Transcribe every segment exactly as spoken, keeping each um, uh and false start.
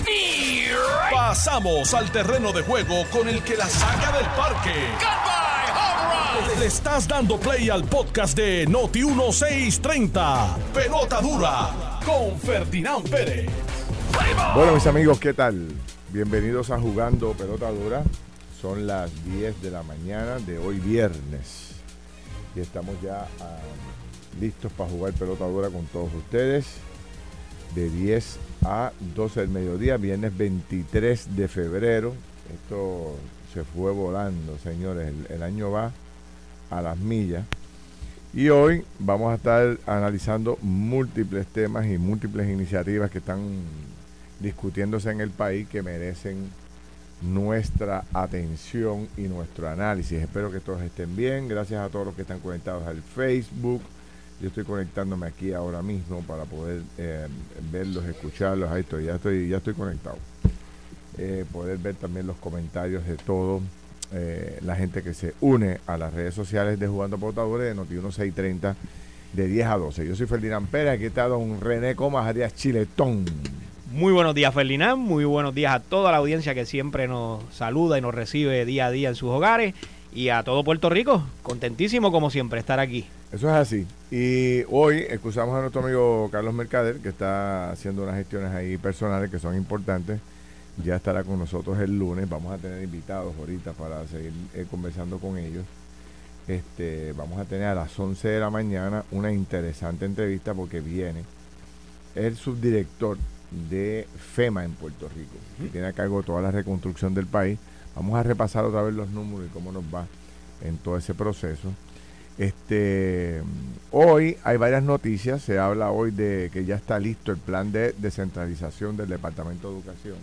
Pasamos al terreno de juego con el que la saca del parque. Le estás dando play al podcast de Noti dieciséis treinta. Pelota dura con Ferdinand Pérez. Bueno, mis amigos, ¿qué tal? Bienvenidos a Jugando Pelota Dura. Son las diez de la mañana de hoy viernes. Y estamos ya uh, listos para jugar pelota dura con todos ustedes. De diez a doce del mediodía, viernes veintitrés de febrero. Esto se fue volando, señores. El, el año va a las millas. Y hoy vamos a estar analizando múltiples temas y múltiples iniciativas que están discutiéndose en el país que merecen nuestra atención y nuestro análisis. Espero que todos estén bien. Gracias a todos los que están conectados al Facebook. Yo estoy conectándome aquí ahora mismo para poder eh, verlos, escucharlos. Ahí estoy, ya estoy, ya estoy conectado. Eh, poder ver también los comentarios de todo eh, la gente que se une a las redes sociales de Jugando Pelota Dura de Noti dieciséis treinta de diez a doce. Yo soy Ferdinand Pérez, aquí está don René Comas Arias Chiletón. Muy buenos días, Ferdinand. Muy buenos días a toda la audiencia que siempre nos saluda y nos recibe día a día en sus hogares. Y a todo Puerto Rico, contentísimo como siempre estar aquí. Eso es así. Y hoy excusamos a nuestro amigo Carlos Mercader, que está haciendo unas gestiones ahí personales que son importantes. Ya estará con nosotros el lunes. Vamos a tener invitados ahorita para seguir eh, conversando con ellos. Este, vamos a tener a las once de la mañana una interesante entrevista porque viene el subdirector de FEMA en Puerto Rico, que tiene a cargo toda la reconstrucción del país. Vamos a repasar otra vez los números y cómo nos va en todo ese proceso. Este, hoy hay varias noticias. Se habla hoy de que ya está listo el plan de descentralización del Departamento de Educación,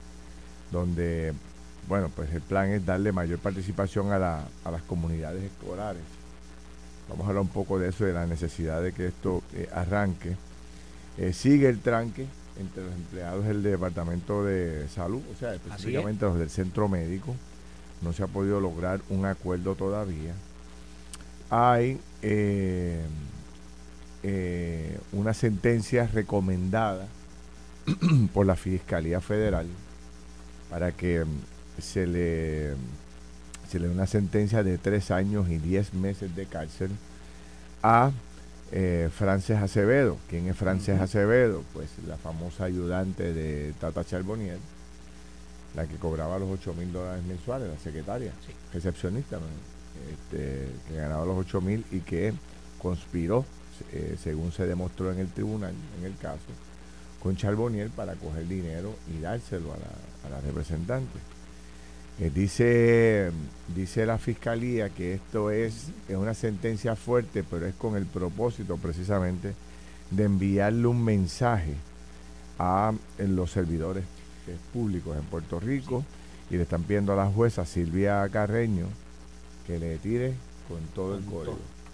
donde, bueno, pues el plan es darle mayor participación a, la, a las comunidades escolares. Vamos a hablar un poco de eso, de la necesidad de que esto eh, arranque. Eh, sigue el tranque entre los empleados del Departamento de Salud, o sea, específicamente los del Centro Médico. No se ha podido lograr un acuerdo todavía. Hay eh, eh, una sentencia recomendada por la Fiscalía Federal para que se le, se le dé una sentencia de tres años y diez meses de cárcel a Eh, Frances Acevedo. ¿Quién es Frances uh-huh. Acevedo? Pues la famosa ayudante de Tata Charbonnier, la que cobraba los ocho mil dólares mensuales, la secretaria, sí. recepcionista, este, que ganaba los ocho mil y que conspiró, eh, según se demostró en el tribunal, en el caso, con Charbonnier para coger dinero y dárselo a la, a la representante. Eh, dice, dice la fiscalía que esto es, es una sentencia fuerte, pero es con el propósito precisamente de enviarle un mensaje a los servidores eh, públicos en Puerto Rico, y le están pidiendo a la jueza Silvia Carreño que le tire con todo el código.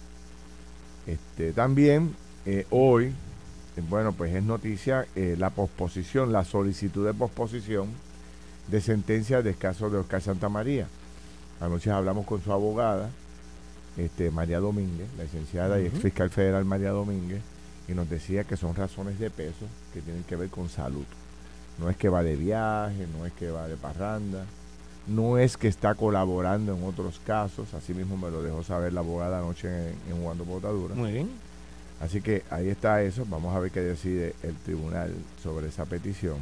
Este, también eh, hoy, eh, bueno, pues es noticia eh, la posposición, la solicitud de posposición de sentencia del caso de Oscar Santamaría. Anoche hablamos con su abogada, este, María Domínguez, la licenciada uh-huh. y ex fiscal federal María Domínguez, y nos decía que son razones de peso que tienen que ver con salud. No es que va de viaje, no es que va de parranda, no es que está colaborando en otros casos. Así mismo me lo dejó saber la abogada anoche en, en Jugando Pelota Dura. Muy bien. Así que ahí está eso. Vamos a ver qué decide el tribunal sobre esa petición.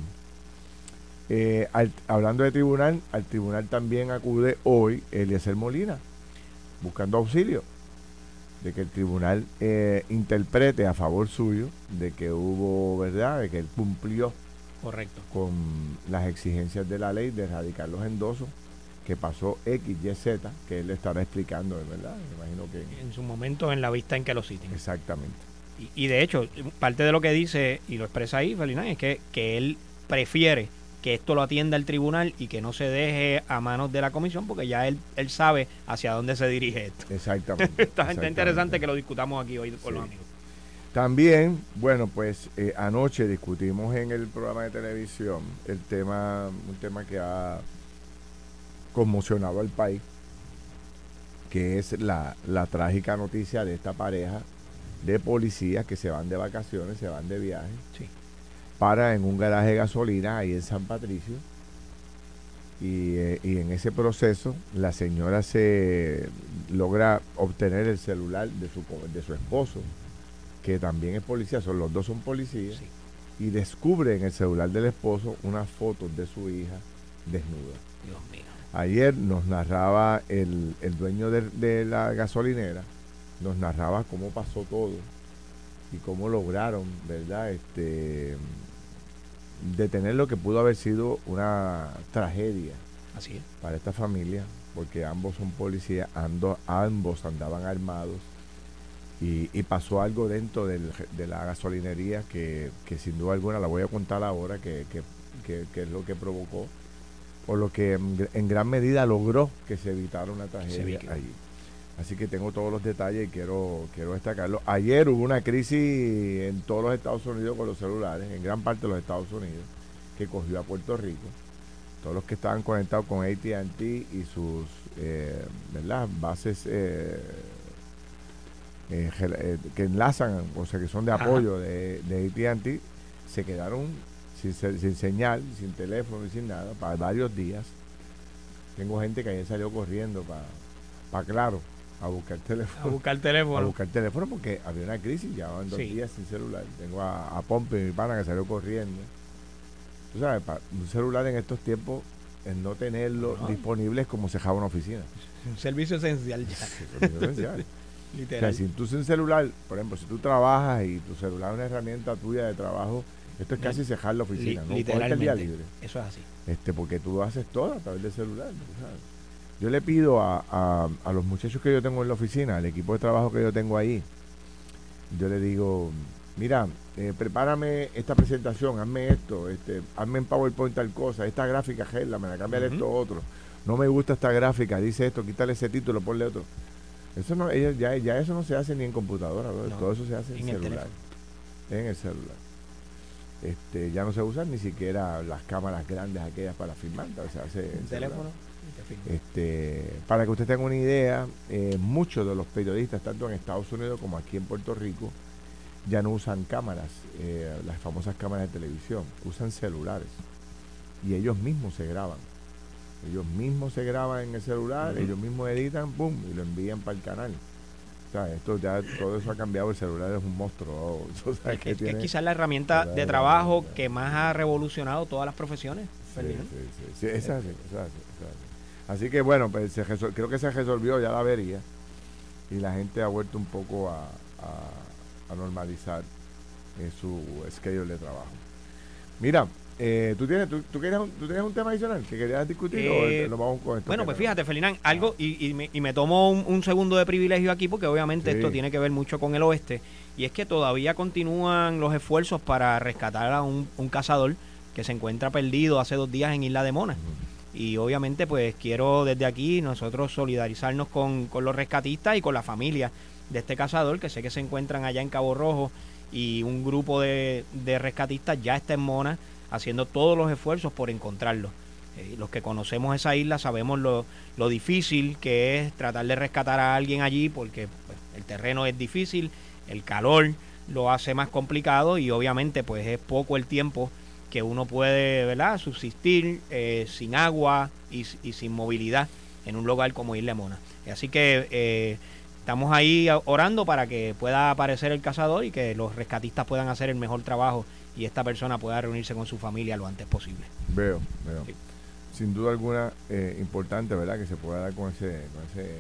Eh, al, hablando de tribunal, al tribunal también acude hoy Eliezer Molina, buscando auxilio de que el tribunal eh, interprete a favor suyo de que hubo, ¿verdad?, de que él cumplió correcto con las exigencias de la ley de erradicar los endosos, que pasó X, Y, Z, que él le estará explicando, ¿verdad? Me imagino que en su momento, en la vista en que lo citen. Exactamente. Y, y de hecho, parte de lo que dice y lo expresa ahí, Ferdinand, es que, que él prefiere que esto lo atienda el tribunal y que no se deje a manos de la comisión, porque ya él él sabe hacia dónde se dirige esto. Exactamente. Está gente interesante que lo discutamos aquí hoy con sí. los amigos. También, bueno, pues eh, anoche discutimos en el programa de televisión el tema, un tema que ha conmocionado al país, que es la, la trágica noticia de esta pareja de policías que se van de vacaciones, se van de viaje. Sí. para en un garaje de gasolina ahí en San Patricio. Y, eh, y en ese proceso la señora se logra obtener el celular de su, de su esposo, que también es policía, son, los dos son policías, sí. Y descubre en el celular del esposo unas fotos de su hija desnuda. Dios mío. Ayer nos narraba el, el dueño de, de la gasolinera, nos narraba cómo pasó todo y cómo lograron, ¿verdad?, este detener lo que pudo haber sido una tragedia. Así es. Para esta familia, porque ambos son policías, ando, ambos andaban armados y, y pasó algo dentro del, de la gasolinería que, que sin duda alguna la voy a contar ahora, que, que, que, que es lo que provocó, o lo que en, en gran medida logró que se evitara una tragedia allí. Así que tengo todos los detalles y quiero, quiero destacarlo. Ayer hubo una crisis en todos los Estados Unidos con los celulares, en gran parte de los Estados Unidos, que cogió a Puerto Rico. Todos los que estaban conectados con A T and T y sus eh, ¿verdad? bases eh, eh, eh, que enlazan, o sea, que son de apoyo de, de A T and T, se quedaron sin, sin señal, sin teléfono y sin nada, para varios días. Tengo gente que ayer salió corriendo para pa Claro, a buscar teléfono. A buscar teléfono. A buscar teléfono porque había una crisis, ya van dos sí. días sin celular. Tengo a, a Pompe, mi pana, que salió corriendo. Tú sabes, para un celular en estos tiempos, en no tenerlo no. disponible es como cejar una oficina. Un servicio esencial ya. Sí, servicio esencial. Literal. O sea, si tú sin celular, por ejemplo, si tú trabajas y tu celular es una herramienta tuya de trabajo, esto es casi cejar la oficina, Li- ¿no? Literalmente. El día libre. Eso es así. Este, porque tú haces todo a través del celular, ¿sabes? Yo le pido a, a, a los muchachos que yo tengo en la oficina, al equipo de trabajo que yo tengo ahí, yo le digo, mira, eh, prepárame esta presentación, hazme esto, este, hazme en PowerPoint tal cosa, esta gráfica, la me la cambia uh-huh. esto otro, no me gusta esta gráfica, dice esto, quítale ese título, ponle otro. Eso no, ella, ya, ya eso no se hace ni en computadora, ¿no? Todo eso se hace en, en celular, el en el celular. Este, ya no se usan ni siquiera las cámaras grandes aquellas para filmar, se hace en teléfono. Este, para que usted tenga una idea, eh, muchos de los periodistas, tanto en Estados Unidos como aquí en Puerto Rico, ya no usan cámaras, eh, las famosas cámaras de televisión, usan celulares y ellos mismos se graban. Ellos mismos se graban en el celular, uh-huh. ellos mismos editan, pum, y lo envían para el canal. O sea, esto ya, todo eso ha cambiado, el celular es un monstruo. O sea, es que es, tiene, es quizás la herramienta de trabajo que más ha revolucionado todas las profesiones. Sí, sí, sí, sí, es así, es así, es así. Así que bueno, pues se resol- creo que se resolvió ya la avería y la gente ha vuelto un poco a, a, a normalizar eh, su schedule de trabajo. Mira, eh, ¿tú, tienes, tú, tú, querías un, ¿tú tienes un tema adicional que querías discutir eh, o nos vamos con esto? Bueno, pues fíjate, Felinán, algo, y, y, me, y me tomo un, un segundo de privilegio aquí porque obviamente sí. esto tiene que ver mucho con el oeste, y es que todavía continúan los esfuerzos para rescatar a un, un cazador que se encuentra perdido hace dos días en Isla de Mona. Uh-huh. Y obviamente pues quiero desde aquí nosotros solidarizarnos con, con los rescatistas y con la familia de este cazador, que sé que se encuentran allá en Cabo Rojo, y un grupo de, de rescatistas ya está en Mona haciendo todos los esfuerzos por encontrarlo. Eh, los que conocemos esa isla sabemos lo, lo difícil que es tratar de rescatar a alguien allí, porque pues, el terreno es difícil, el calor lo hace más complicado y obviamente pues es poco el tiempo que uno puede, ¿verdad?, subsistir eh, sin agua y, y sin movilidad en un lugar como Isla Mona. Así que eh, estamos ahí orando para que pueda aparecer el cazador y que los rescatistas puedan hacer el mejor trabajo y esta persona pueda reunirse con su familia lo antes posible. Veo, veo. Sí. Sin duda alguna eh, importante, ¿verdad?, que se pueda dar con ese... Con ese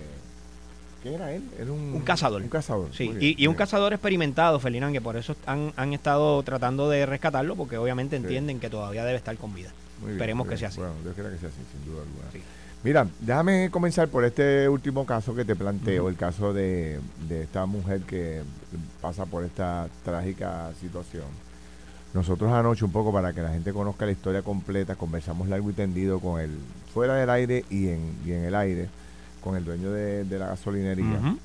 ¿Qué era él? Era un, un cazador. Un cazador. Sí, bien, y, y un cazador experimentado, Felinán, que por eso han, han estado tratando de rescatarlo, porque obviamente entienden sí. que todavía debe estar con vida. Muy Esperemos bien, que sea así. Bueno, Dios quiera que sea así, sin duda alguna. Sí. Mira, déjame comenzar por este último caso que te planteo, uh-huh. el caso de, de esta mujer que pasa por esta trágica situación. Nosotros anoche, un poco para que la gente conozca la historia completa, conversamos largo y tendido con él, fuera del aire y en, y en el aire, con el dueño de, de la gasolinería, uh-huh.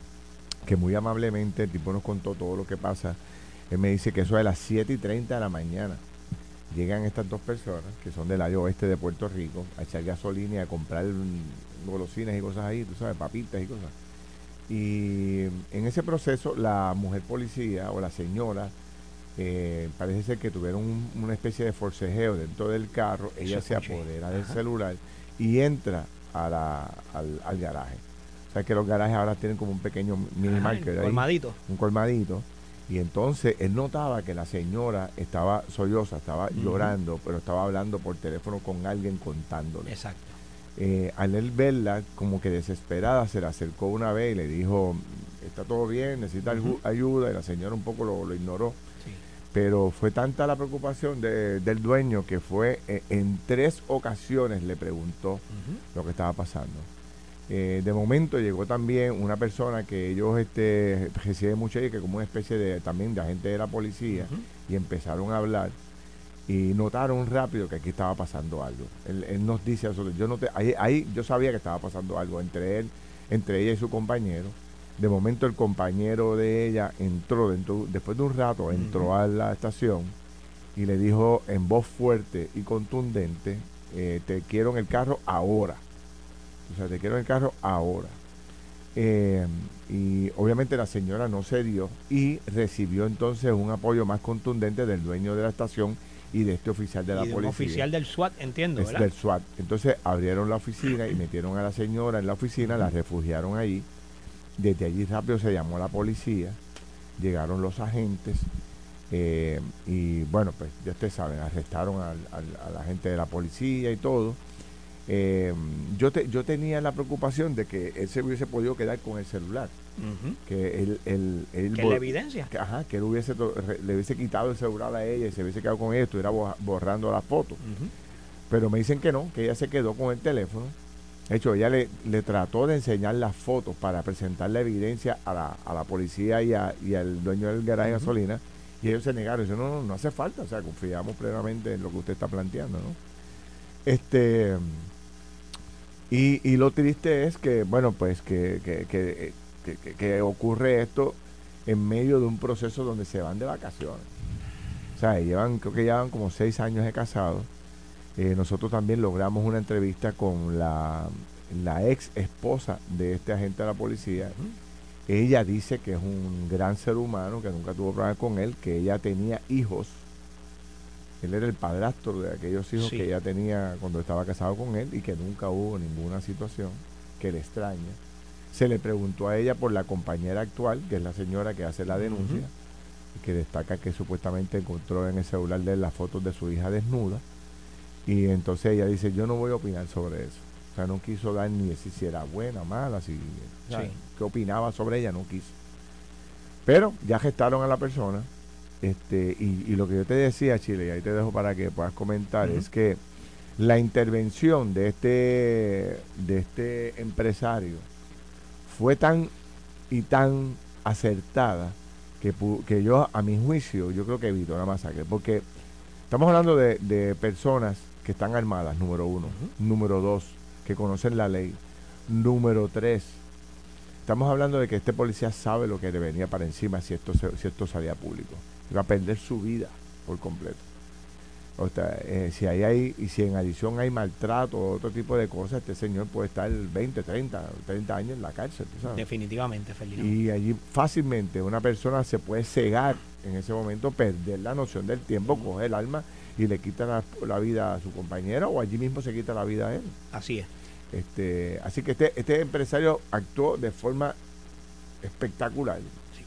que muy amablemente el tipo nos contó todo lo que pasa. Él me dice que eso es a las siete y treinta de la mañana. Llegan estas dos personas, que son del área oeste de Puerto Rico, a echar gasolina y a comprar golosinas y cosas ahí, tú sabes, papitas y cosas. Y en ese proceso, la mujer policía o la señora eh, parece ser que tuvieron un, una especie de forcejeo dentro del carro, ella se apodera del celular y entra a la, al, al garaje. O sea que los garajes ahora tienen como un pequeño mini market ahí, colmadito. un colmadito. Y entonces él notaba que la señora estaba solloza, estaba uh-huh. llorando, pero estaba hablando por teléfono con alguien contándole. Exacto. Eh, al él verla, como que desesperada, se le acercó una vez y le dijo, está todo bien, necesita uh-huh. ayuda, y la señora un poco lo, lo ignoró. Sí. Pero fue tanta la preocupación de, del dueño que fue, eh, en tres ocasiones le preguntó uh-huh. lo que estaba pasando. Eh, de momento llegó también una persona que ellos este, reciben mucho ahí, que como una especie de también de agente de la policía, uh-huh. y empezaron a hablar y notaron rápido que aquí estaba pasando algo. Él, él nos dice a nosotros, yo noté, ahí, ahí yo sabía que estaba pasando algo entre él, entre ella y su compañero. De momento el compañero de ella entró, dentro, después de un rato, entró uh-huh. a la estación y le dijo en voz fuerte y contundente, eh, te quiero en el carro ahora. O sea, te quiero en el carro ahora. Eh, y obviamente la señora no cedió y recibió entonces un apoyo más contundente del dueño de la estación y de este oficial de la y de policía. Un oficial del SWAT, entiendo, es ¿verdad? Del SWAT. Entonces abrieron la oficina y metieron a la señora en la oficina, la refugiaron allí. Desde allí rápido se llamó a la policía, llegaron los agentes eh, y bueno, pues ya ustedes saben, arrestaron al, al, a la gente de la policía y todo. Eh, yo te, yo tenía la preocupación de que él se hubiese podido quedar con el celular, uh-huh. que él, él, él que la evidencia que, ajá, que él hubiese to, le hubiese quitado el celular a ella y se hubiese quedado con ella, estuviera borrando las fotos, uh-huh. pero me dicen que no, que ella se quedó con el teléfono. De hecho, ella le, le trató de enseñar las fotos para presentar la evidencia a la, a la policía y, a, y al dueño del garaje de uh-huh. gasolina, y ellos se negaron. Dicen, no, no, no hace falta, o sea, confiamos plenamente en lo que usted está planteando, ¿no? Este... Y, y lo triste es que, bueno, pues que, que, que, que, que, que ocurre esto en medio de un proceso donde se van de vacaciones. O sea, llevan, creo que llevan como seis años de casados. Eh, nosotros también logramos una entrevista con la, la ex esposa de este agente de la policía. Uh-huh. Ella dice que es un gran ser humano, que nunca tuvo problemas con él, que ella tenía hijos. Él era el padrastro de aquellos hijos sí. que ella tenía cuando estaba casado con él y que nunca hubo ninguna situación que le extraña. Se le preguntó a ella por la compañera actual, que es la señora que hace la denuncia, uh-huh. y que destaca que supuestamente encontró en el celular de él las fotos de su hija desnuda. Y entonces ella dice, yo no voy a opinar sobre eso. O sea, no quiso dar ni decir si era buena, mala, si, o sea, sí. qué opinaba sobre ella, no quiso. Pero ya gestaron a la persona. Este, y, y lo que yo te decía, Chile, y ahí te dejo para que puedas comentar, uh-huh. es que la intervención de este, de este empresario fue tan y tan acertada que, que yo, a mi juicio, yo creo que evitó la masacre, porque estamos hablando de, de personas que están armadas, número uno, uh-huh. número dos, que conocen la ley, número tres, estamos hablando de que este policía sabe lo que le venía para encima si esto, se, si esto salía público. Va a perder su vida por completo. O sea, eh, si ahí hay, y si en adición hay maltrato o otro tipo de cosas, este señor puede estar veinte, treinta, treinta años en la cárcel, ¿tú sabes? Definitivamente, Felino. Y allí fácilmente una persona se puede cegar en ese momento, perder la noción del tiempo, mm. coge el arma y le quita la, la vida a su compañera o allí mismo se quita la vida a él. Así es. Este, así que este, este empresario actuó de forma espectacular.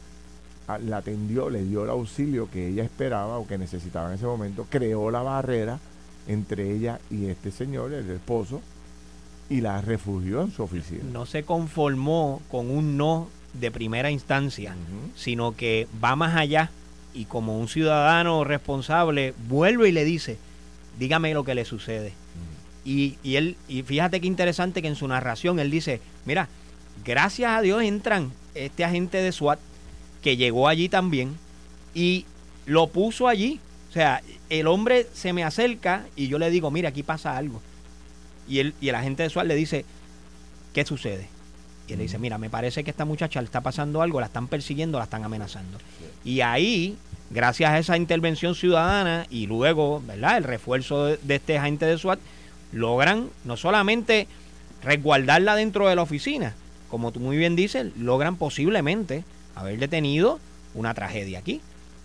La atendió, le dio el auxilio que ella esperaba o que necesitaba en ese momento, creó la barrera entre ella y este señor, el esposo, y la refugió en su oficina. No se conformó con un no de primera instancia, uh-huh. sino que va más allá y como un ciudadano responsable vuelve y le dice, dígame lo que le sucede. Uh-huh. Y, y él, y fíjate qué interesante que en su narración él dice, mira, gracias a Dios entran este agente de SWAT que llegó allí también y lo puso allí. O sea, el hombre se me acerca y yo le digo, mira, aquí pasa algo. Y el, y el agente de SWAT le dice, ¿qué sucede? Y él le dice, mira, me parece que esta muchacha le está pasando algo, la están persiguiendo, la están amenazando. Sí. Y ahí, gracias a esa intervención ciudadana y luego, ¿verdad?, el refuerzo de, de este agente de SWAT, logran no solamente resguardarla dentro de la oficina, como tú muy bien dices, logran posiblemente haber detenido una tragedia aquí.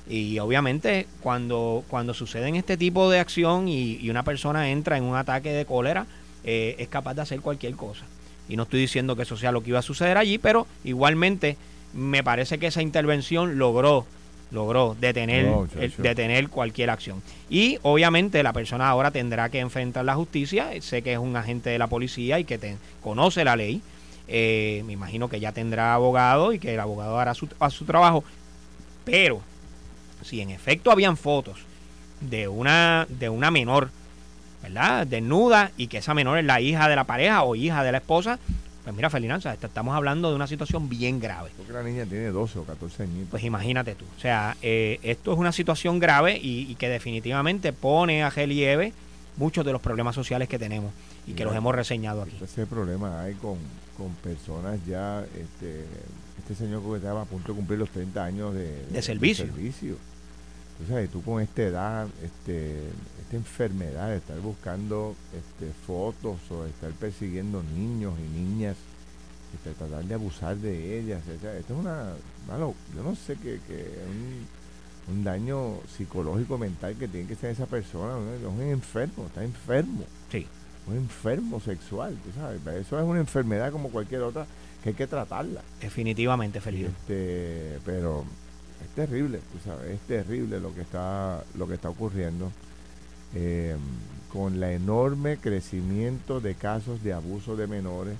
Y obviamente cuando, cuando suceden este tipo de acción y, y una persona entra en un ataque de cólera, eh, es capaz de hacer cualquier cosa. Y no estoy diciendo que eso sea lo que iba a suceder allí, pero igualmente me parece que esa intervención logró logró detener, no, el, detener cualquier acción. Y obviamente la persona ahora tendrá que enfrentar la justicia. Sé que es un agente de la policía y que te, conoce la ley. Eh, me imagino que ya tendrá abogado y que el abogado hará su, a su trabajo. Pero si en efecto habían fotos de una, de una menor, ¿verdad?, desnuda, y que esa menor es la hija de la pareja o hija de la esposa, pues mira, Felinanza, estamos hablando de una situación bien grave. Porque la niña tiene doce o catorce años. Pues imagínate tú. O sea, eh, esto es una situación grave y, y que definitivamente pone a relieve muchos de los problemas sociales que tenemos y que Mira, los hemos reseñado aquí. Ese problema hay con, con personas ya, este, este señor que estaba a punto de cumplir los treinta años de, de, de servicio. De servicio. Tú sabes, tú con esta edad, este, esta enfermedad de estar buscando este, fotos o de estar persiguiendo niños y niñas y tratar de abusar de ellas. O sea, esto es una, malo, yo no sé qué, que un, un daño psicológico mental que tiene que ser esa persona. ¿No? Es un enfermo, está enfermo. Sí. Un enfermo sexual, tú sabes. Eso es una enfermedad como cualquier otra que hay que tratarla. Definitivamente, Felipe. Este, pero es terrible, tú sabes, es terrible lo que está, lo que está ocurriendo eh, con el enorme crecimiento de casos de abuso de menores,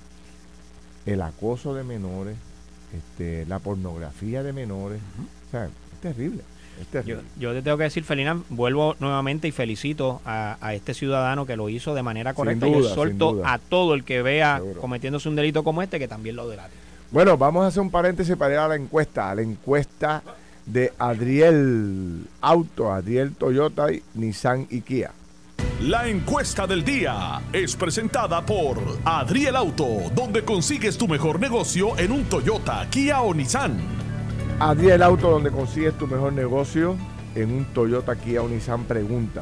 el acoso de menores, este, la pornografía de menores. Uh-huh. O sea, es terrible. Es terrible. Yo, yo te tengo que decir, Felina, vuelvo nuevamente y felicito a, a este ciudadano que lo hizo de manera correcta. Sin duda, y exhorto a todo el que vea Seguro. cometiéndose un delito como este que también lo delate. Bueno, vamos a hacer un paréntesis para ir a la encuesta, a la encuesta de Adriel Auto, Adriel Toyota, Nissan y Kia. La encuesta del día es presentada por Adriel Auto, donde consigues tu mejor negocio en un Toyota, Kia o Nissan. Adriel Auto, donde consigues tu mejor negocio en un Toyota, Kia o Nissan. Pregunta,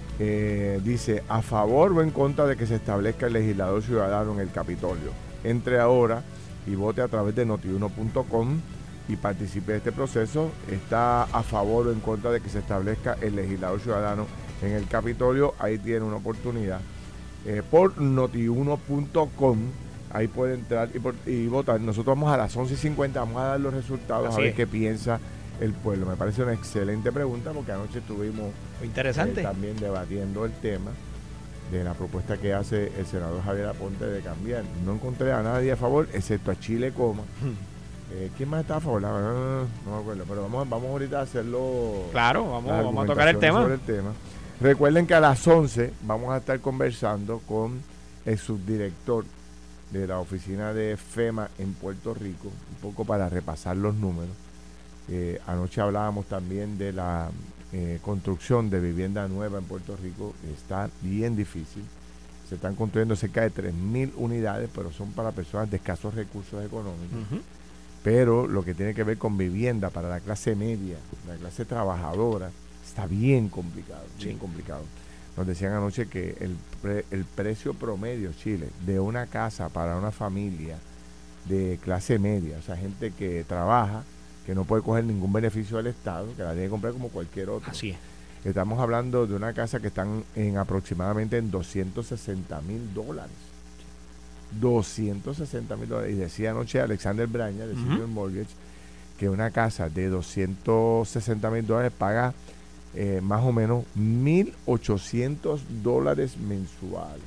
eh, dice, ¿a favor o en contra de que se establezca el legislador ciudadano en el Capitolio? Entre ahora y vote a través de noti uno punto com y participe de este proceso. ¿Está a favor o en contra de que se establezca el legislador ciudadano en el Capitolio? Ahí tiene una oportunidad. Eh, por noti uno punto com, ahí puede entrar y, por, y votar. Nosotros vamos a las once y cincuenta, vamos a dar los resultados. Así a ver es. qué piensa el pueblo. Me parece una excelente pregunta porque anoche estuvimos interesante. Eh, también debatiendo el tema de la propuesta que hace el senador Javier Aponte de cambiar. No encontré a nadie a favor, excepto a Chile Coma. Eh, ¿Quién más está a favor? No, no, no me acuerdo, pero vamos, vamos ahorita a hacerlo. Claro, vamos, vamos a tocar el tema. Sobre el tema. Recuerden que a las once vamos a estar conversando con el subdirector de la oficina de FEMA en Puerto Rico, un poco para repasar los números. Eh, anoche hablábamos también de la eh, construcción de vivienda nueva en Puerto Rico. Está bien difícil. Se están construyendo cerca de tres mil unidades, pero son para personas de escasos recursos económicos. Uh-huh. Pero lo que tiene que ver con vivienda para la clase media, la clase trabajadora, está bien complicado, bien sí. complicado. Nos decían anoche que el, pre, el precio promedio, Chile, de una casa para una familia de clase media, o sea, gente que trabaja, que no puede coger ningún beneficio del Estado, que la tiene que comprar como cualquier otro. Así es. Estamos hablando de una casa que están en aproximadamente en doscientos sesenta mil dólares. doscientos sesenta mil dólares. Y decía anoche Alexander Braña, de Senior uh-huh. Mortgage, que una casa de doscientos sesenta mil dólares paga eh, más o menos mil ochocientos dólares mensuales.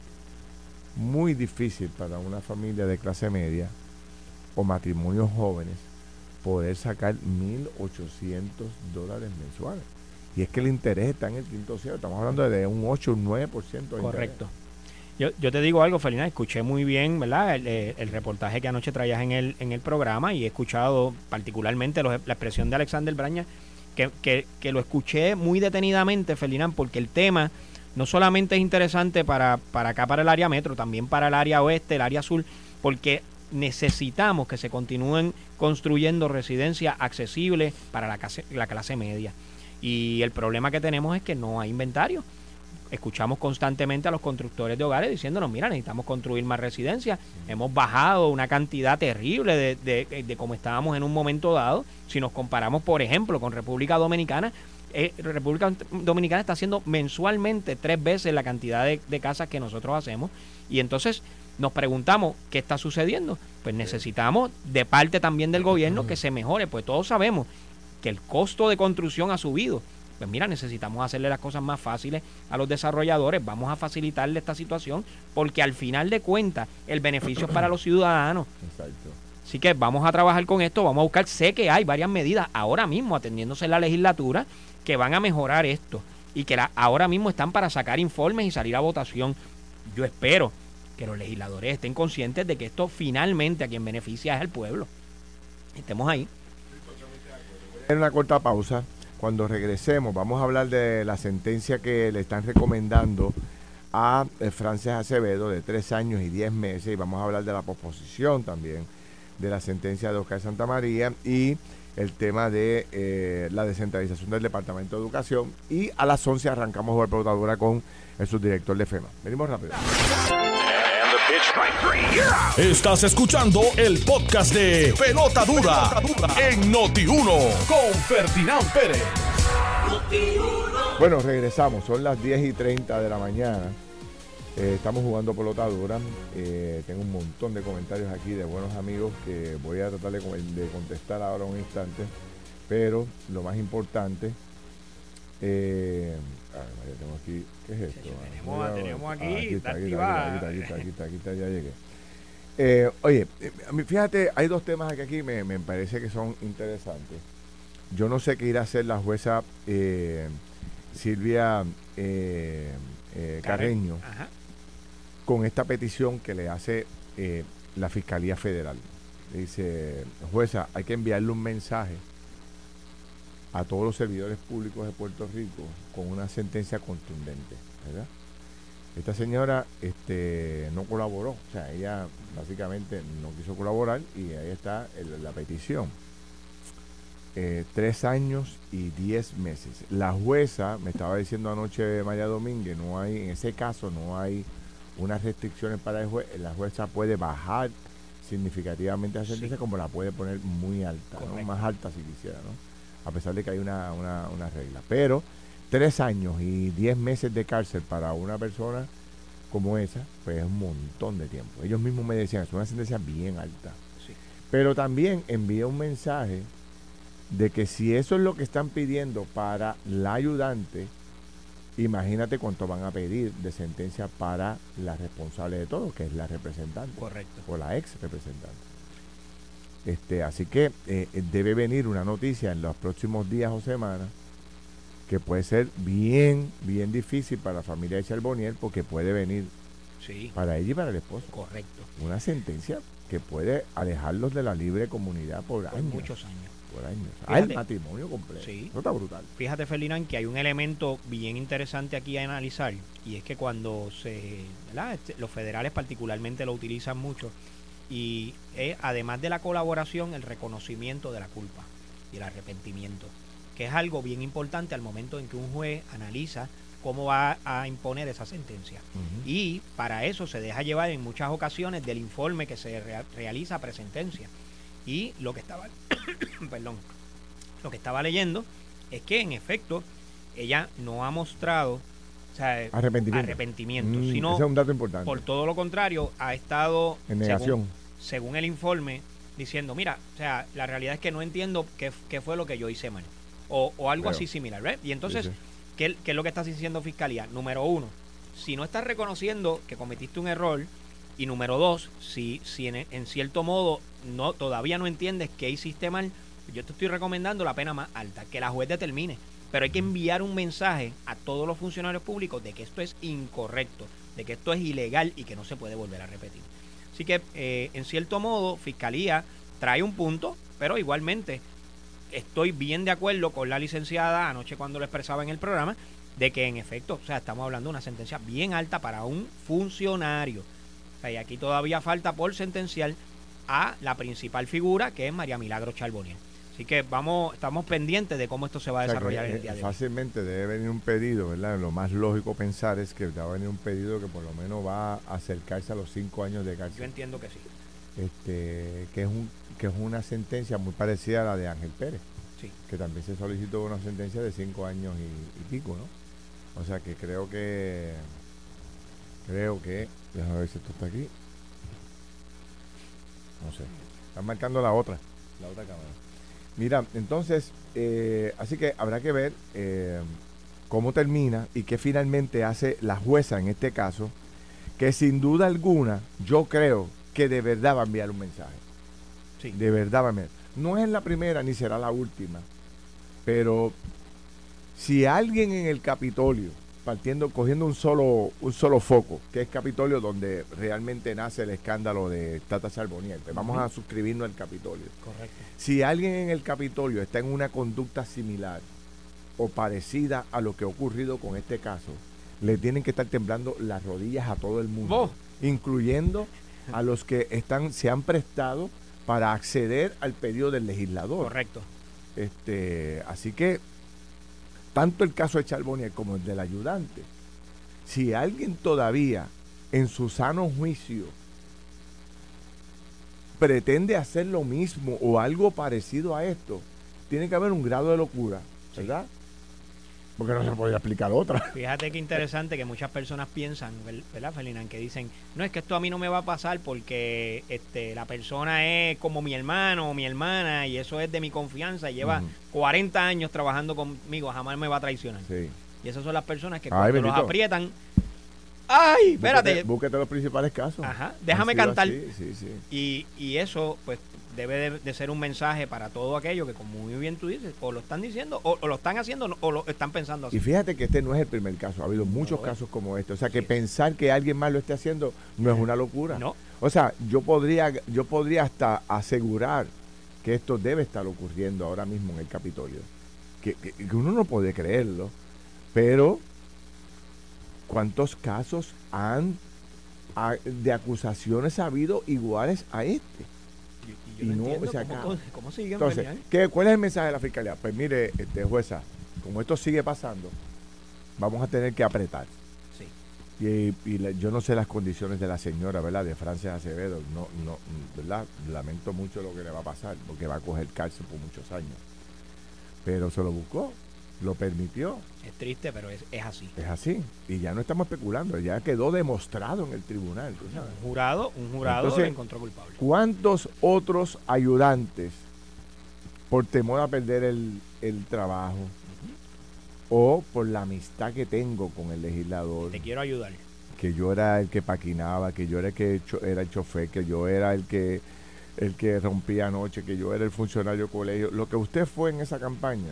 Muy difícil para una familia de clase media o matrimonios jóvenes poder sacar mil ochocientos dólares mensuales. Y es que el interés está en el quinto cielo. Estamos hablando de un ocho, un nueve por ciento de Correcto. Yo, yo te digo algo, Felina, escuché muy bien, ¿verdad? El, el reportaje que anoche traías en el en el programa y he escuchado particularmente los, la expresión de Alexander Braña, que, que, que lo escuché muy detenidamente, Felina, porque el tema no solamente es interesante para, para acá, para el área metro, también para el área oeste, el área sur, porque necesitamos que se continúen construyendo residencias accesibles para la clase, la clase media. Y el problema que tenemos es que no hay inventario. escuchamos constantemente a los constructores de hogares diciéndonos, mira, necesitamos construir más residencias. Hemos bajado una cantidad terrible de, de, de como estábamos en un momento dado. Si nos comparamos, por ejemplo, con República Dominicana, eh, República Dominicana está haciendo mensualmente tres veces la cantidad de, de casas que nosotros hacemos. Y entonces nos preguntamos, ¿qué está sucediendo? Pues necesitamos de parte también del gobierno que se mejore, pues todos sabemos que el costo de construcción ha subido. Pues mira, necesitamos hacerle las cosas más fáciles a los desarrolladores, vamos a facilitarle esta situación, porque al final de cuentas el beneficio es para los ciudadanos. Exacto. Así que vamos a trabajar con esto, vamos a buscar, sé que hay varias medidas ahora mismo atendiéndose en la legislatura que van a mejorar esto y que la, ahora mismo están para sacar informes y salir a votación. Yo espero que los legisladores estén conscientes de que esto finalmente a quien beneficia es el pueblo. Estemos ahí. En una corta pausa. Cuando regresemos, vamos a hablar de la sentencia que le están recomendando a eh, Frances Acevedo de tres años y diez meses. Y vamos a hablar de la posposición también de la sentencia de Oscar Santamaría y el tema de eh, la descentralización del Departamento de Educación. Y a las once arrancamos Jugar Pelotadura con el subdirector de FEMA. Venimos rápido. Estás escuchando el podcast de Pelota Dura, Pelota Dura en Noti uno con Ferdinand Pérez. Bueno, regresamos. Son las diez y treinta de la mañana. Eh, estamos jugando Pelota Dura. Eh, tengo un montón de comentarios aquí de buenos amigos que voy a tratar de, de contestar ahora un instante. Pero lo más importante... Eh, a ver, María, tengo aquí, ¿qué es esto? Tenemos, a, tenemos aquí, ah, aquí está, está aquí activada. está, aquí está, aquí está, aquí está, ya llegué. Eh, oye, eh, fíjate, hay dos temas que aquí me, me parece que son interesantes. Yo no sé qué irá a hacer la jueza eh, Silvia eh, eh, Carreño Ajá. con esta petición que le hace eh, la Fiscalía Federal. Dice, jueza, hay que enviarle un mensaje a todos los servidores públicos de Puerto Rico con una sentencia contundente, ¿verdad? Esta señora este, no colaboró, o sea, ella básicamente no quiso colaborar y ahí está el, la petición. Eh, tres años y diez meses. La jueza, me estaba diciendo anoche María Domínguez, no hay, en ese caso no hay unas restricciones para el juez, la jueza puede bajar significativamente la sentencia, sí, como la puede poner muy alta, ¿no? Más alta si quisiera, ¿no? A pesar de que hay una, una, una regla. Pero tres años y diez meses de cárcel para una persona como esa, pues es un montón de tiempo. Ellos mismos me decían, es una sentencia bien alta. Sí. Pero también envía un mensaje de que si eso es lo que están pidiendo para la ayudante, imagínate cuánto van a pedir de sentencia para la responsable de todo, que es la representante. Correcto. O la ex representante. Este, así que eh, debe venir una noticia en los próximos días o semanas que puede ser bien, bien difícil para la familia de Charbonnier, porque puede venir, sí, para ella y para el esposo. Correcto. Una sentencia que puede alejarlos de la libre comunidad por, por años. muchos años. Por años. Fíjate, al matrimonio completo. Sí. Eso está brutal. Fíjate, Ferdinand, que hay un elemento bien interesante aquí a analizar, y es que cuando se, ¿verdad? Los federales particularmente lo utilizan mucho, y es, además de la colaboración, el reconocimiento de la culpa y el arrepentimiento, que es algo bien importante al momento en que un juez analiza cómo va a imponer esa sentencia. Uh-huh. Y para eso se deja llevar en muchas ocasiones del informe que se re- realiza presentencia. Y lo que estaba perdón, lo que estaba leyendo es que en efecto ella no ha mostrado, o sea, arrepentimiento, arrepentimiento mm, sino ese es un dato importante. Por todo lo contrario, ha estado en negación. Según, según el informe, diciendo, mira, o sea, la realidad es que no entiendo qué, qué fue lo que yo hice mal. O, o algo Creo. así similar, ¿verdad? Y entonces, sí, sí. ¿qué, ¿qué es lo que está diciendo Fiscalía? Número uno, si no estás reconociendo que cometiste un error, y número dos, si, si en, en cierto modo no todavía no entiendes qué hiciste mal, yo te estoy recomendando la pena más alta, que la juez determine. Pero hay que enviar un mensaje a todos los funcionarios públicos de que esto es incorrecto, de que esto es ilegal y que no se puede volver a repetir. Así que, eh, en cierto modo, Fiscalía trae un punto, pero igualmente estoy bien de acuerdo con la licenciada anoche cuando lo expresaba en el programa, de que en efecto, o sea, estamos hablando de una sentencia bien alta para un funcionario. O sea, y aquí todavía falta por sentenciar a la principal figura, que es María Milagros Charbonnier. Así que vamos, estamos pendientes de cómo esto se va a desarrollar o sea, en el día de hoy. Fácilmente debe venir un pedido, ¿verdad? Lo más lógico pensar es que va a venir un pedido que por lo menos va a acercarse a los cinco años de cárcel. Yo entiendo que sí. Este, que es un que es una sentencia muy parecida a la de Ángel Pérez, sí. que también se solicitó una sentencia de cinco años y, y pico, ¿no? O sea que creo que creo que déjame ver si esto está aquí, no sé, están marcando la otra la otra cámara. Mira, entonces eh, así que habrá que ver eh, cómo termina y qué finalmente hace la jueza en este caso, que sin duda alguna yo creo que de verdad va a enviar un mensaje. Sí. De verdad va a enviar. No es la primera ni será la última, pero si alguien en el Capitolio, partiendo, cogiendo un solo, un solo foco, que es Capitolio donde realmente nace el escándalo de Tata Charbonnier, pues vamos uh-huh. a suscribirnos al Capitolio. Correcto. Si alguien en el Capitolio está en una conducta similar o parecida a lo que ha ocurrido con este caso, le tienen que estar temblando las rodillas a todo el mundo, ¡Oh! incluyendo a los que están se han prestado para acceder al pedido del legislador. Correcto. Este, así que tanto el caso de Charbonnier como el del ayudante, si alguien todavía en su sano juicio pretende hacer lo mismo o algo parecido a esto, tiene que haber un grado de locura, ¿verdad? Sí. Porque no se podía explicar otra. Fíjate qué interesante que muchas personas piensan, ¿verdad, Ferdinand? Que dicen, no, es que esto a mí no me va a pasar porque este, la persona es como mi hermano o mi hermana y eso es de mi confianza y lleva uh-huh. cuarenta años trabajando conmigo, jamás me va a traicionar. Sí. Y esas son las personas que cuando Ay, los aprietan, ¡ay! Espérate. Búsquete, búsquete los principales casos. Ajá, déjame cantar. Sí, sí, sí. Y, y eso, pues, debe de, de ser un mensaje para todo aquello que, como muy bien tú dices, o lo están diciendo, o, o lo están haciendo, o lo están pensando así. Y fíjate que este no es el primer caso, ha habido muchos no, casos como este. O sea, que sí. pensar que alguien más lo esté haciendo no es una locura. No. O sea, yo podría, yo podría hasta asegurar que esto debe estar ocurriendo ahora mismo en el Capitolio. Que, que, que uno no puede creerlo, pero ¿cuántos casos han a, de acusaciones ha habido iguales a este? Y, y, yo y no, no o sea, cómo, cómo siguen. Entonces, ¿qué, ¿cuál es el mensaje de la Fiscalía? Pues mire, este, jueza, como esto sigue pasando, vamos a tener que apretar. Sí. Y, y la, yo no sé las condiciones de la señora, ¿verdad? De Frances Acevedo, no, no, ¿verdad? Lamento mucho lo que le va a pasar, porque va a coger cárcel por muchos años. Pero se lo buscó, lo permitió. Es triste, pero es, es así. Es así. Y ya no estamos especulando, ya quedó demostrado en el tribunal. ¿Tú sabes? Un jurado, un jurado Entonces, lo encontró culpable. ¿Cuántos otros ayudantes, por temor a perder el, el trabajo, uh-huh. o por la amistad que tengo con el legislador, te quiero ayudar, que yo era el que paquinaba, que yo era el que cho- era el chofer, que yo era el que el que rompía anoche, que yo era el funcionario de colegio, lo que usted fue en esa campaña,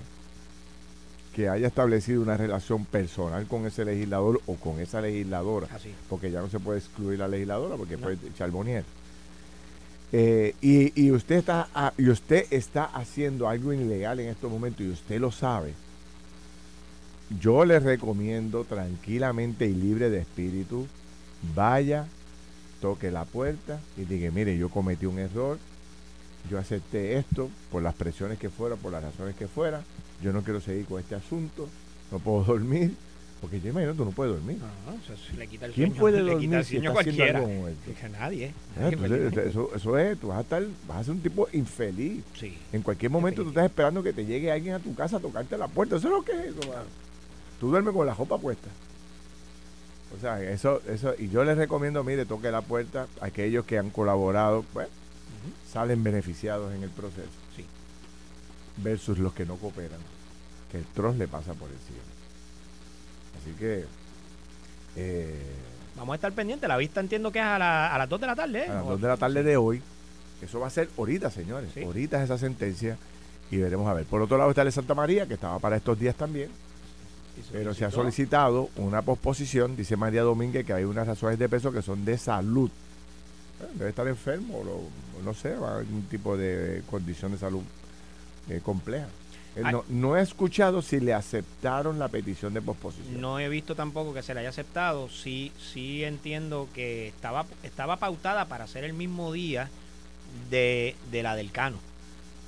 que haya establecido una relación personal con ese legislador o con esa legisladora, así. Porque ya no se puede excluir la legisladora porque no. Fue Charbonnier. Eh, y, y usted está a, y usted está haciendo algo ilegal en estos momentos y usted lo sabe. Yo le recomiendo tranquilamente y libre de espíritu, vaya, toque la puerta y diga, mire, yo cometí un error, yo acepté esto por las presiones que fueran, por las razones que fueran, yo no quiero seguir con este asunto, no puedo dormir, porque yo imagino que tú no puedes dormir. No, no, eso le quita el ¿Quién sueño, puede le dormir quita el si sueño está haciendo cualquiera? algo como esto? Que nadie. Ah, entonces, eso, eso es, tú vas a estar, vas a ser un tipo infeliz. Sí, en cualquier momento tú estás esperando que te llegue alguien a tu casa a tocarte la puerta. ¿Eso es lo que es eso, mano? Tú duermes con la ropa puesta. O sea, eso, eso, y yo les recomiendo, mire, toque la puerta. Aquellos que han colaborado, pues, uh-huh. salen beneficiados en el proceso. Sí. Versus los que no cooperan, que el troz le pasa por encima. Así que eh, vamos a estar pendientes. La vista entiendo que es a, la, a las dos de la tarde, ¿eh? A las dos de la tarde sí. de hoy. Eso va a ser ahorita, señores. Sí. Ahorita es esa sentencia y veremos a ver. Por otro lado está el de Santa María, que estaba para estos días también. Pero se ha solicitado una posposición, dice María Domínguez, que hay unas razones de peso que son de salud. Debe estar enfermo, o no sé, algún tipo de condición de salud eh, compleja. No, no he escuchado si le aceptaron la petición de posposición. No he visto tampoco que se le haya aceptado. Sí, sí entiendo que estaba, estaba pautada para ser el mismo día de, de la del Cano.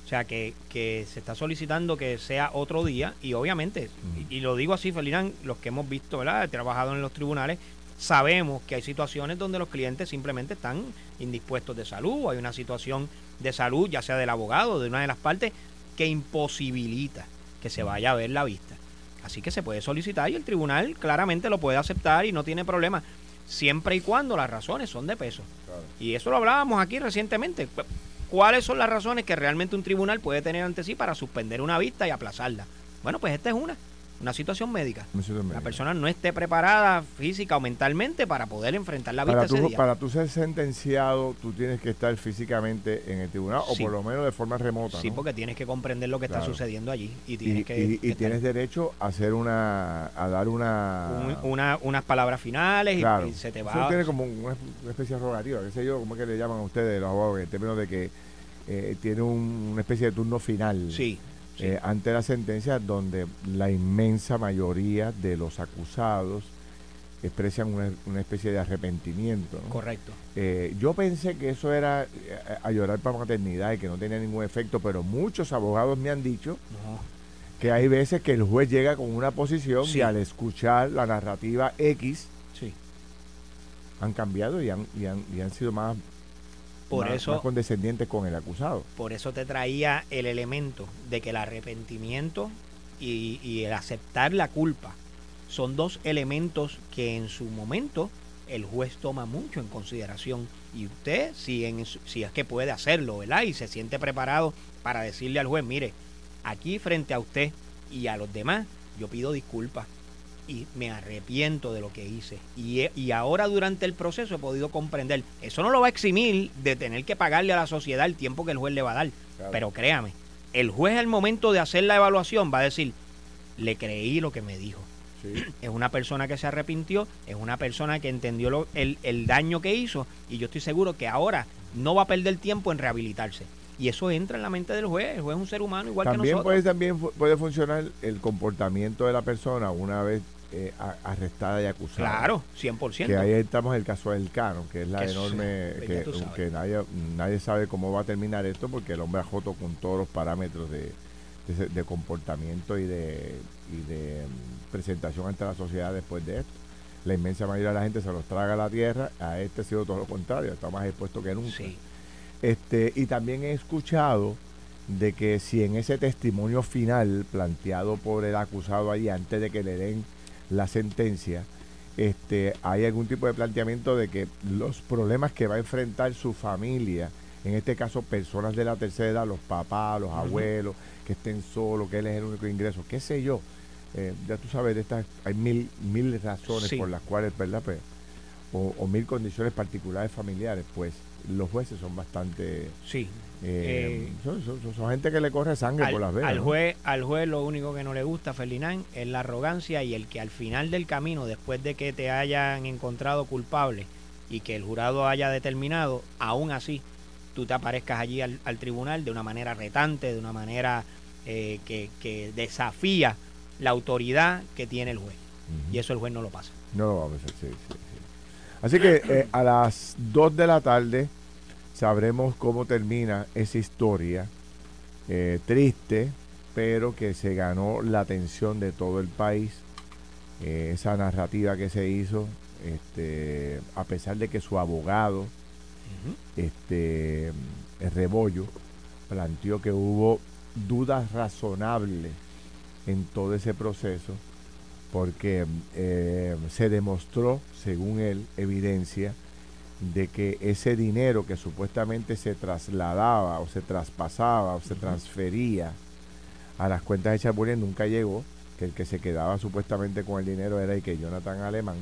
O sea, que, que se está solicitando que sea otro día y obviamente, uh-huh. y, y lo digo así, Ferdinand, los que hemos visto, ¿verdad?, he trabajado en los tribunales, sabemos que hay situaciones donde los clientes simplemente están indispuestos de salud, hay una situación de salud, ya sea del abogado o de una de las partes, que imposibilita que se vaya a ver la vista. Así que se puede solicitar y el tribunal claramente lo puede aceptar y no tiene problema, siempre y cuando las razones son de peso. Claro. Y eso lo hablábamos aquí recientemente. ¿Cuáles son las razones que realmente un tribunal puede tener ante sí para suspender una vista y aplazarla? Bueno, pues esta es una, una situación médica. Una situación médica. La persona no esté preparada física o mentalmente para poder enfrentar la vista para tú, ese día. Para tú ser sentenciado, tú tienes que estar físicamente en el tribunal sí. o por lo menos de forma remota. Sí, ¿no? porque tienes que comprender lo que claro. está sucediendo allí. Y tienes, y, que, y, que y tienes derecho a hacer una, a dar una... Un, una unas palabras finales claro. y, y se te va... Eso tiene como una, una especie de rogativa, qué sé yo, ¿cómo es que le llaman a ustedes los abogados en términos de que Eh, tiene un, una especie de turno final sí, sí. Eh, ante la sentencia, donde la inmensa mayoría de los acusados expresan una, una especie de arrepentimiento, ¿no? Correcto. Eh, yo pensé que eso era a, a llorar para maternidad y que no tenía ningún efecto, pero muchos abogados me han dicho no. que hay veces que el juez llega con una posición sí. y al escuchar la narrativa X sí. han cambiado y han, y han, y han sido más Por más, eso, más condescendientes con el acusado. Por eso te traía el elemento de que el arrepentimiento y, y el aceptar la culpa son dos elementos que en su momento el juez toma mucho en consideración. Y usted, si, en, si es que puede hacerlo, ¿verdad?, y se siente preparado para decirle al juez, mire, aquí frente a usted y a los demás, yo pido disculpas y me arrepiento de lo que hice y, y ahora durante el proceso he podido comprender, eso no lo va a eximir de tener que pagarle a la sociedad el tiempo que el juez le va a dar, claro. pero créame, el juez al momento de hacer la evaluación va a decir, le creí lo que me dijo, sí. es una persona que se arrepintió, es una persona que entendió lo, el, el daño que hizo y yo estoy seguro que ahora no va a perder tiempo en rehabilitarse. Y eso entra en la mente del juez. El juez es un ser humano igual también que nosotros. Puede, también puede funcionar el comportamiento de la persona una vez eh, arrestada y acusada. Claro, cien por ciento. Que ahí estamos en el caso del Cano, que es la que enorme... Sí, que, que nadie, nadie sabe cómo va a terminar esto porque el hombre ha roto con todos los parámetros de, de, de comportamiento y de, y de um, presentación ante la sociedad después de esto. La inmensa mayoría de la gente se los traga a la tierra. A este ha sido todo lo contrario. Está más expuesto que nunca. Sí. Este, y también he escuchado de que si en ese testimonio final planteado por el acusado ahí antes de que le den la sentencia, este, hay algún tipo de planteamiento de que los problemas que va a enfrentar su familia, en este caso personas de la tercera edad, los papás, los uh-huh. abuelos, que estén solos, que él es el único ingreso, qué sé yo, eh, ya tú sabes, de estas hay mil, mil razones sí. por las cuales, ¿verdad? Pues, o, o mil condiciones particulares familiares, pues los jueces son bastante sí eh, eh, son, son, son gente que le corre sangre al, por las venas, al ¿no? juez al juez lo único que no le gusta, Ferdinand, es la arrogancia y el que al final del camino, después de que te hayan encontrado culpable y que el jurado haya determinado, aún así tú te aparezcas allí al, al tribunal de una manera retante, de una manera eh, que, que desafía la autoridad que tiene el juez. Uh-huh. Y eso el juez no lo pasa. No lo vamos a hacer, sí, sí. Así que eh, a las dos de la tarde sabremos cómo termina esa historia eh, triste, pero que se ganó la atención de todo el país. Eh, esa narrativa que se hizo, este, a pesar de que su abogado, uh-huh. este, el Rebollo, planteó que hubo dudas razonables en todo ese proceso, porque eh, se demostró, según él, evidencia de que ese dinero que supuestamente se trasladaba o se traspasaba o se transfería a las cuentas de Charbonnier nunca llegó, que el que se quedaba supuestamente con el dinero era el que Jonathan Alemán,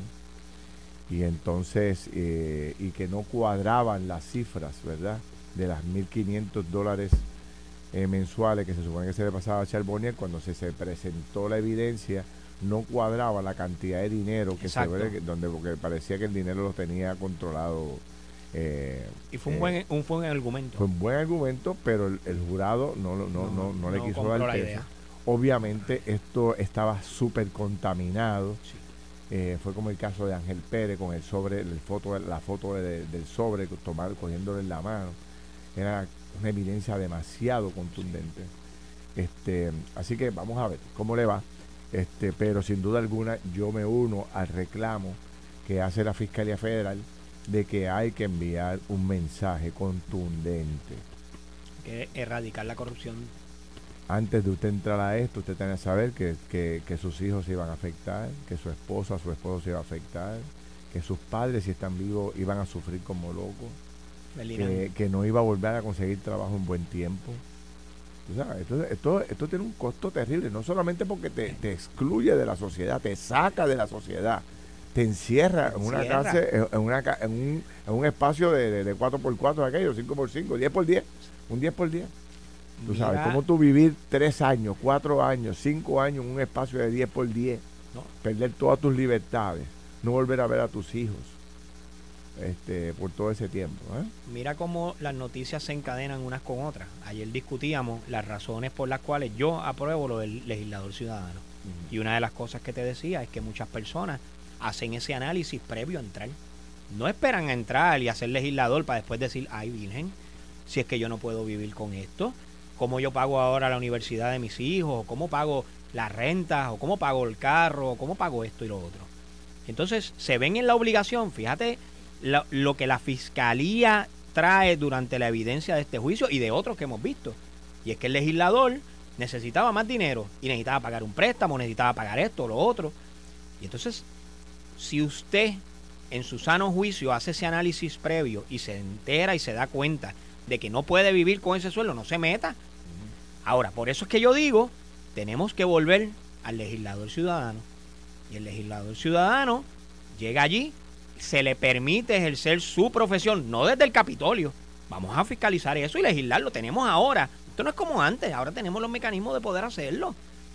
y entonces, eh, y que no cuadraban las cifras, ¿verdad?, de las mil quinientos dólares eh, mensuales que se supone que se le pasaba a Charbonnier. Cuando se, se presentó la evidencia, no cuadraba la cantidad de dinero que Exacto. se ve, donde porque parecía que el dinero lo tenía controlado. Eh, y fue un eh, buen un buen argumento. Fue un buen argumento, pero el, el jurado no, no, no, no, no le no quiso dar peso. Obviamente esto estaba súper contaminado. Sí. Eh, fue como el caso de Ángel Pérez con el sobre, el foto, la foto de, del sobre, tomar, cogiéndole en la mano. era una evidencia demasiado contundente. Este, así que vamos a ver cómo le va. Este, pero sin duda alguna yo me uno al reclamo que hace la Fiscalía Federal de que hay que enviar un mensaje contundente. Que erradicar la corrupción. Antes de usted entrar a esto, usted tiene que saber que, que, que sus hijos se iban a afectar, que su esposa, su esposo se iba a afectar, que sus padres, si están vivos, iban a sufrir como locos, que, que no iba a volver a conseguir trabajo en buen tiempo. O sea, esto, esto, esto tiene un costo terrible, no solamente porque te, te excluye de la sociedad, te saca de la sociedad, te encierra, te en una encierra. Casa, en, una, en, un, en un espacio de, de, de cuatro por cuatro de aquello, cinco por cinco, diez por diez, un diez por diez. Tú Mira. sabes, cómo tú vivir tres años, cuatro años, cinco años en un espacio de diez por diez, no. perder todas tus libertades, no volver a ver a tus hijos. Este, por todo ese tiempo. ¿eh? Mira cómo las noticias se encadenan unas con otras. Ayer discutíamos las razones por las cuales yo apruebo lo del legislador ciudadano. Uh-huh. Y una de las cosas que te decía es que muchas personas hacen ese análisis previo a entrar. No esperan a entrar y a ser legislador para después decir, ay virgen, si es que yo no puedo vivir con esto, ¿cómo yo pago ahora la universidad de mis hijos? ¿Cómo pago las rentas? ¿O cómo pago el carro? ¿O cómo pago esto y lo otro? Entonces se ven en la obligación, fíjate, Lo, lo que la fiscalía trae durante la evidencia de este juicio y de otros que hemos visto. Y es que el legislador necesitaba más dinero y necesitaba pagar un préstamo, necesitaba pagar esto, lo otro. Y entonces, si usted en su sano juicio hace ese análisis previo y se entera y se da cuenta de que no puede vivir con ese sueldo, no se meta. Ahora, por eso es que yo digo, tenemos que volver al legislador ciudadano. Y el legislador ciudadano llega allí, se le permite ejercer su profesión, no desde el Capitolio. Vamos a fiscalizar eso y legislarlo. Tenemos ahora. Esto no es como antes. Ahora tenemos los mecanismos de poder hacerlo.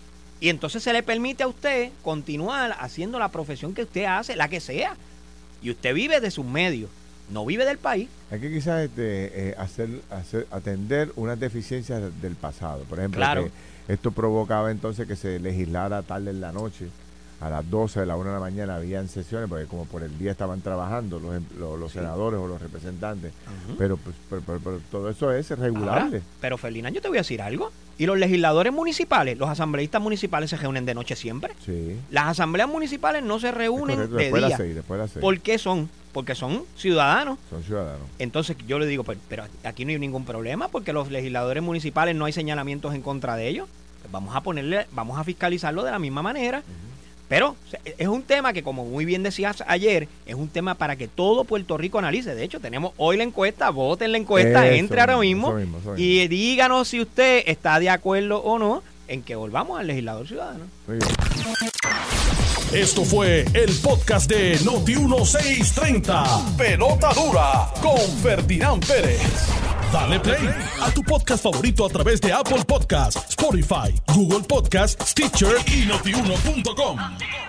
Y entonces se le permite a usted continuar haciendo la profesión que usted hace, la que sea. Y usted vive de sus medios, no vive del país. Hay que quizás este, eh, hacer, hacer, atender unas deficiencias del pasado. Por ejemplo, claro. que esto provocaba entonces que se legislara tarde en la noche. A las doce de la una de la mañana habían sesiones, porque como por el día estaban trabajando los, los, los sí. senadores o los representantes. Uh-huh. Pero, pues, pero, pero, pero todo eso es regulable. Ahora, pero Felina, yo te voy a decir algo. ¿Y los legisladores municipales, los asambleístas municipales se reúnen de noche siempre? Sí. Las asambleas municipales no se reúnen de después día. Las seis, después las seis. ¿Por qué son? Porque son ciudadanos. Son ciudadanos. Entonces yo le digo, pero, pero aquí no hay ningún problema porque los legisladores municipales no hay señalamientos en contra de ellos. Pues vamos a ponerle, vamos a fiscalizarlo de la misma manera. Uh-huh. Pero es un tema que, como muy bien decías ayer, es un tema para que todo Puerto Rico analice. De hecho, tenemos hoy la encuesta, voten la encuesta, eso entre ahora mismo, eso mismo, eso mismo y díganos si usted está de acuerdo o no en que volvamos al legislador ciudadano. Muy bien. Esto fue el podcast de Noti dieciséis treinta. Pelota dura con Ferdinand Pérez. Dale play a tu podcast favorito a través de Apple Podcasts, Spotify, Google Podcasts, Stitcher y notiuno punto com.